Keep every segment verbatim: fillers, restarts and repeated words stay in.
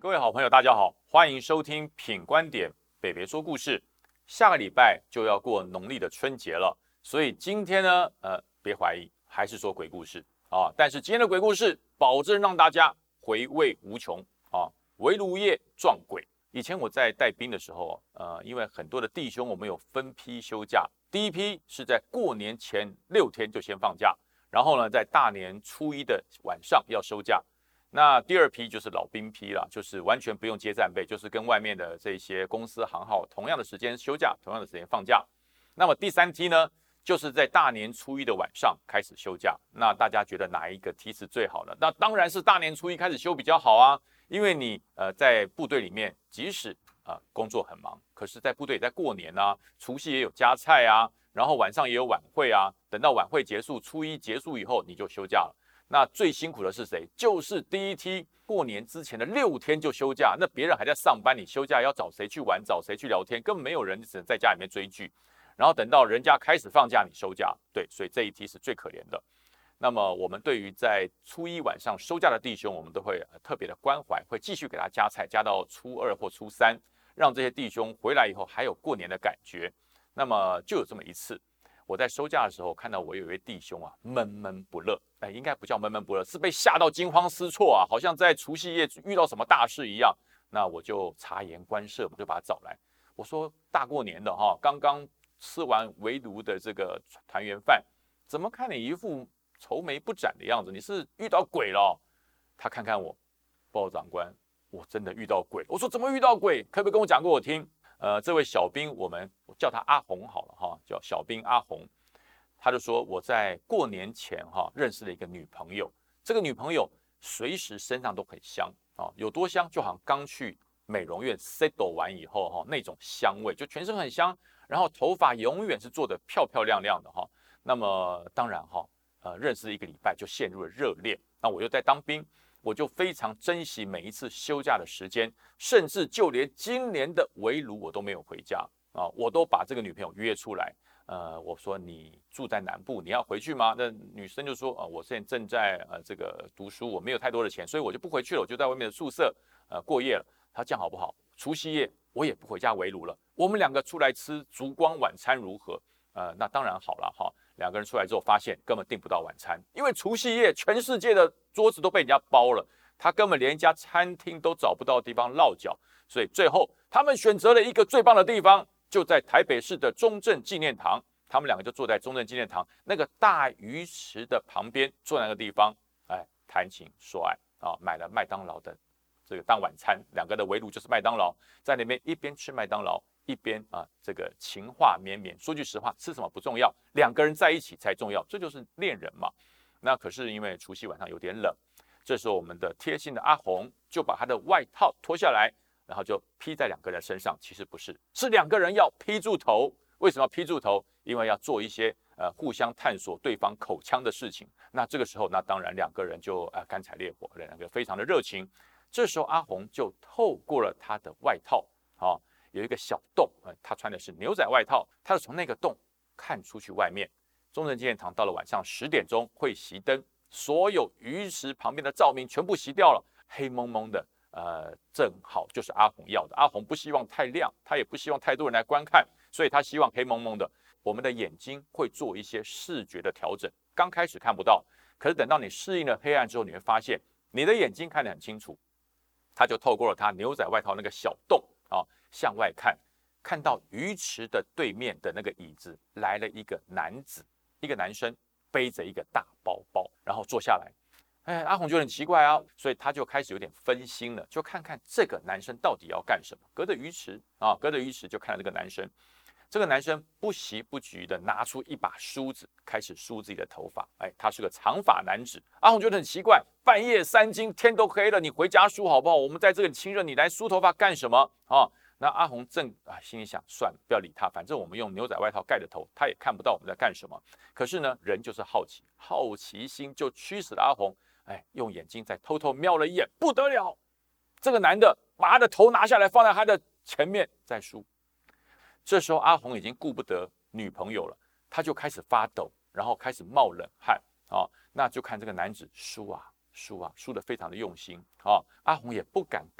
各位好朋友，大家好，欢迎收听品观点北北说故事。下个礼拜就要过农历的春节了，所以今天呢，呃，别怀疑，还是说鬼故事啊。但是今天的鬼故事，保证让大家回味无穷啊。围炉夜撞鬼。以前我在带兵的时候，呃，因为很多的弟兄我们有分批休假，第一批是在过年前六天就先放假，然后呢，在大年初一的晚上要收假。那第二批就是老兵批了，就是完全不用接战备，就是跟外面的这些公司行号同样的时间休假，同样的时间放假。那么第三批呢，就是在大年初一的晚上开始休假。那大家觉得哪一个梯次最好呢？那当然是大年初一开始休比较好啊，因为你呃在部队里面，即使啊、呃、工作很忙，可是在部队在过年啊，除夕也有加菜啊，然后晚上也有晚会啊，等到晚会结束，初一结束以后你就休假了。那最辛苦的是谁？就是第一梯过年之前的六天就休假，那别人还在上班，你休假要找谁去玩，找谁去聊天，根本没有人，只能在家里面追剧。然后等到人家开始放假，你休假，对，所以这一梯是最可怜的。那么我们对于在初一晚上收假的弟兄，我们都会特别的关怀，会继续给他加菜，加到初二或初三，让这些弟兄回来以后还有过年的感觉。那么就有这么一次。我在收假的时候，看到我有一位弟兄啊，闷闷不乐，哎，应该不叫闷闷不乐，是被吓到惊慌失措啊，好像在除夕夜遇到什么大事一样。那我就察言观色，我就把他找来，我说大过年的哈，刚刚吃完围炉的这个团圆饭，怎么看你一副愁眉不展的样子？你是遇到鬼了哦？他看看我，报长官，我真的遇到鬼。我说怎么遇到鬼？可不可以跟我讲给我听？呃，这位小兵，我们叫他阿红好了哈，叫小兵阿红。他就说我在过年前哈认识了一个女朋友，这个女朋友随时身上都很香啊，有多香？就好像刚去美容院 settle 完以后哈那种香味，就全身很香，然后头发永远是做得漂漂亮亮的哈。那么当然哈，呃，认识一个礼拜就陷入了热恋。那我又在当兵。我就非常珍惜每一次休假的时间，甚至就连今年的围炉我都没有回家啊，我都把这个女朋友约出来。呃，我说你住在南部，你要回去吗？那女生就说啊、呃，我现在正在呃这个读书，我没有太多的钱，所以我就不回去了，我就在外面的宿舍呃过夜了。她这样好不好？除夕夜我也不回家围炉了，我们两个出来吃烛光晚餐如何？呃，那当然好了哈。两个人出来之后，发现根本订不到晚餐，因为除夕夜全世界的桌子都被人家包了，他根本连一家餐厅都找不到地方落脚，所以最后他们选择了一个最棒的地方，就在台北市的中正纪念堂。他们两个就坐在中正纪念堂那个大鱼池的旁边，坐在那个地方，哎，谈情说爱啊，买了麦当劳的这个当晚餐，两个的围炉就是麦当劳，在那边一边吃麦当劳。一边啊，这个情话绵绵。说句实话，吃什么不重要，两个人在一起才重要，这就是恋人嘛。那可是因为除夕晚上有点冷，这时候我们的贴心的阿红就把他的外套脱下来，然后就披在两个人身上。其实不是，是两个人要披住头。为什么要披住头？因为要做一些呃互相探索对方口腔的事情。那这个时候，那当然两个人就呃干柴烈火，两个非常的热情。这时候阿红就透过了他的外套，好、哦。有一个小洞，呃，他穿的是牛仔外套，他就从那个洞看出去外面。中正纪念堂到了晚上十点钟会熄灯，所有鱼池旁边的照明全部熄掉了，黑蒙蒙的，呃，正好就是阿红要的。阿红不希望太亮，他也不希望太多人来观看，所以他希望黑蒙蒙的。我们的眼睛会做一些视觉的调整，刚开始看不到，可是等到你适应了黑暗之后，你会发现你的眼睛看得很清楚。他就透过了他牛仔外套那个小洞啊。向外看，看到鱼池的对面的那个椅子来了一个男子，一个男生背着一个大包包，然后坐下来。哎，阿红觉得很奇怪啊，所以他就开始有点分心了，就看看这个男生到底要干什么。隔着鱼池啊，隔着鱼池就看到这个男生。这个男生不疾不徐的拿出一把梳子，开始梳自己的头发。哎，他是个长发男子。阿红觉得很奇怪，半夜三更，天都黑了，你回家梳好不好？我们在这里亲热，你来梳头发干什么啊？那阿红正啊心里想，算了，不要理他，反正我们用牛仔外套盖着头，他也看不到我们在干什么。可是呢，人就是好奇，好奇心就驱使了阿红，哎，用眼睛再偷偷瞄了一眼，不得了，这个男的把他的头拿下来，放在他的前面在梳。这时候阿红已经顾不得女朋友了，他就开始发抖，然后开始冒冷汗啊。那就看这个男子梳啊梳啊梳得非常的用心啊。阿红也不敢跟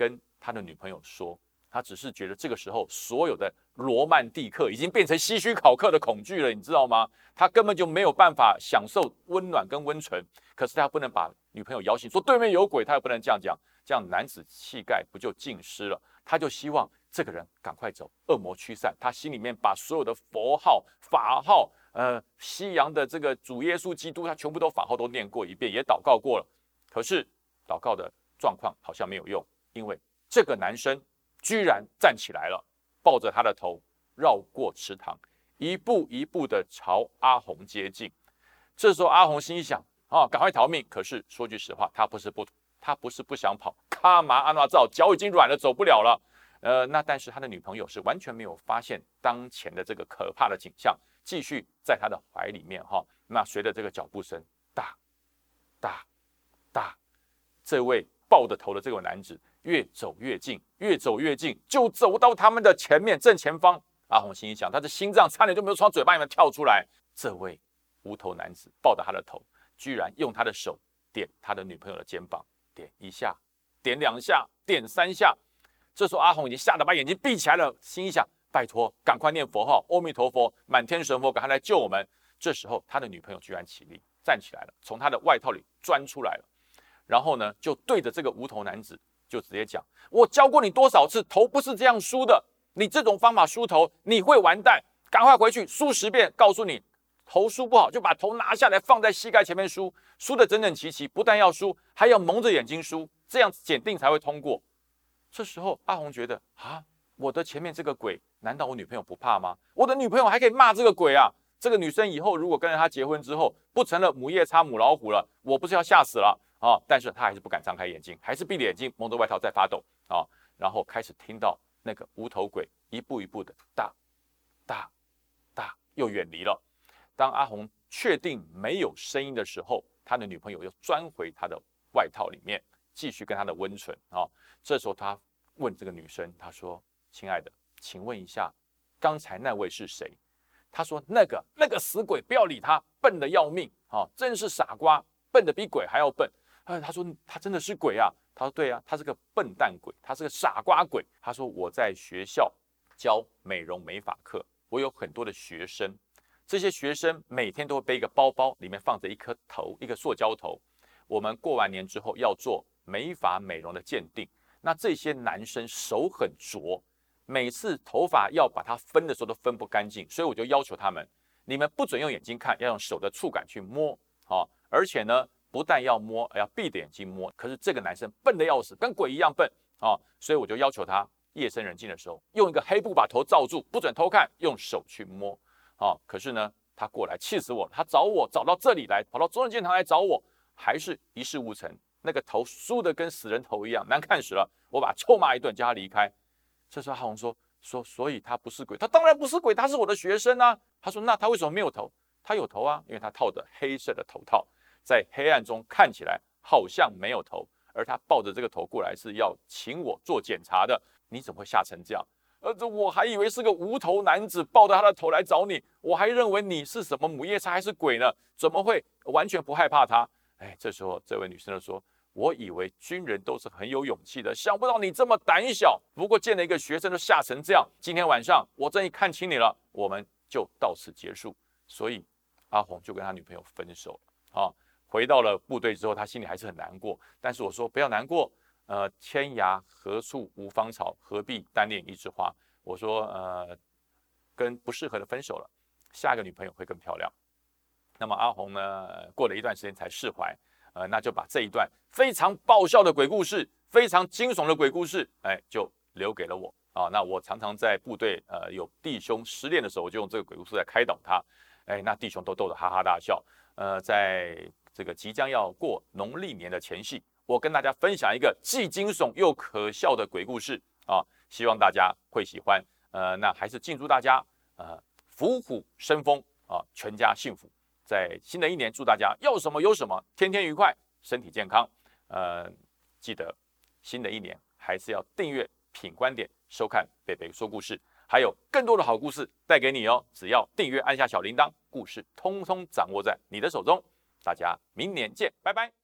他的女朋友说，他只是觉得这个时候所有的罗曼蒂克已经变成希区考克的恐惧了，你知道吗？他根本就没有办法享受温暖跟温存，可是他不能把女朋友摇醒，说对面有鬼，他又不能这样讲，这样男子气概不就尽失了？他就希望这个人赶快走，恶魔驱散。他心里面把所有的佛号、法号，呃，西洋的这个主耶稣基督，他全部都法号都念过一遍，也祷告过了。可是祷告的状况好像没有用，因为这个男生居然站起来了，抱着他的头绕过池塘，一步一步的朝阿红接近。这时候阿红心想啊，赶快逃命！可是说句实话，他不是不他不是不想跑，卡麻阿纳照脚已经软了，走不了了。呃，那但是他的女朋友是完全没有发现当前的这个可怕的景象，继续在他的怀里面哈。那随着这个脚步声，哒哒哒，这位抱着头的这位男子越走越近，越走越近，就走到他们的前面正前方。阿红心里想，他的心脏差点就没有从嘴巴里面跳出来。这位无头男子抱着他的头，居然用他的手点他的女朋友的肩膀，点一下，点两下，点三下。这时候阿红已经吓得把眼睛闭起来了，心想：拜托，赶快念佛号，阿弥陀佛，满天神佛，赶快来救我们！这时候他的女朋友居然起立站起来了，从他的外套里钻出来了，然后呢，就对着这个无头男子就直接讲：我教过你多少次，头不是这样梳的，你这种方法梳头你会完蛋，赶快回去梳十遍，告诉你头梳不好就把头拿下来放在膝盖前面梳，梳得整整齐齐，不但要梳，还要蒙着眼睛梳，这样检定才会通过。这时候阿红觉得啊，我的前面这个鬼，难道我女朋友不怕吗？我的女朋友还可以骂这个鬼啊！这个女生以后如果跟着他结婚之后，不成了母夜叉母老虎了，我不是要吓死了啊！但是她还是不敢张开眼睛，还是闭着眼睛，蒙着外套在发抖啊！然后开始听到那个无头鬼一步一步的哒哒哒又远离了。当阿红确定没有声音的时候，他的女朋友又钻回他的外套里面，继续跟他的温存啊。这时候他问这个女生，他说：“亲爱的，请问一下，刚才那位是谁？”他说：“那个那个死鬼，不要理他，笨得要命啊，真是傻瓜，笨得比鬼还要笨。”哎，他说：“他真的是鬼啊？”他说：“对啊，他是个笨蛋鬼，他是个傻瓜鬼。”他说：“我在学校教美容美发课，我有很多的学生。”这些学生每天都会背一个包包，里面放着一颗头，一个塑胶头。我们过完年之后要做美发美容的鉴定，那这些男生手很拙，每次头发要把它分的时候都分不干净，所以我就要求他们，你们不准用眼睛看，要用手的触感去摸，啊，而且呢，不但要摸，要闭着眼睛摸。可是这个男生笨得要死，跟鬼一样笨啊，所以我就要求他夜深人静的时候，用一个黑布把头罩住，不准偷看，用手去摸。哦，可是呢，他过来气死我了，他找我找到这里来，跑到中正纪念堂来找我，还是一事无成。那个头梳得跟死人头一样，难看死了。我把他臭骂一顿，叫他离开。这时候阿红说说，所以他不是鬼，他当然不是鬼，他是我的学生啊。他说那他为什么没有头？他有头啊，因为他套着黑色的头套，在黑暗中看起来好像没有头，而他抱着这个头过来是要请我做检查的。你怎么会吓成这样？呃，这我还以为是个无头男子抱着他的头来找你，我还认为你是什么母夜叉还是鬼呢？怎么会完全不害怕他？哎，这时候这位女生就说：“我以为军人都是很有勇气的，想不到你这么胆小。不过见了一个学生就吓成这样，今天晚上我终于看清你了，我们就到此结束。”所以阿红就跟他女朋友分手了啊。回到了部队之后，他心里还是很难过，但是我说不要难过。呃，天涯何处无芳草，何必单恋一枝花。我说，呃，跟不适合的分手了，下一个女朋友会更漂亮。那么阿红呢，过了一段时间才释怀，呃，那就把这一段非常爆笑的鬼故事，非常惊悚的鬼故事，哎，就留给了我啊。那我常常在部队，呃，有弟兄失恋的时候，我就用这个鬼故事来开导他，哎，那弟兄都逗得哈哈大笑。呃，在这个即将要过农历年的前夕，我跟大家分享一个既惊悚又可笑的鬼故事啊，希望大家会喜欢。呃，那还是敬祝大家呃虎虎生风啊，全家幸福。在新的一年，祝大家要什么有什么，天天愉快，身体健康。呃，记得新的一年还是要订阅品观点，收看北北说故事，还有更多的好故事带给你哦。只要订阅，按下小铃铛，故事通通掌握在你的手中。大家明年见，拜拜。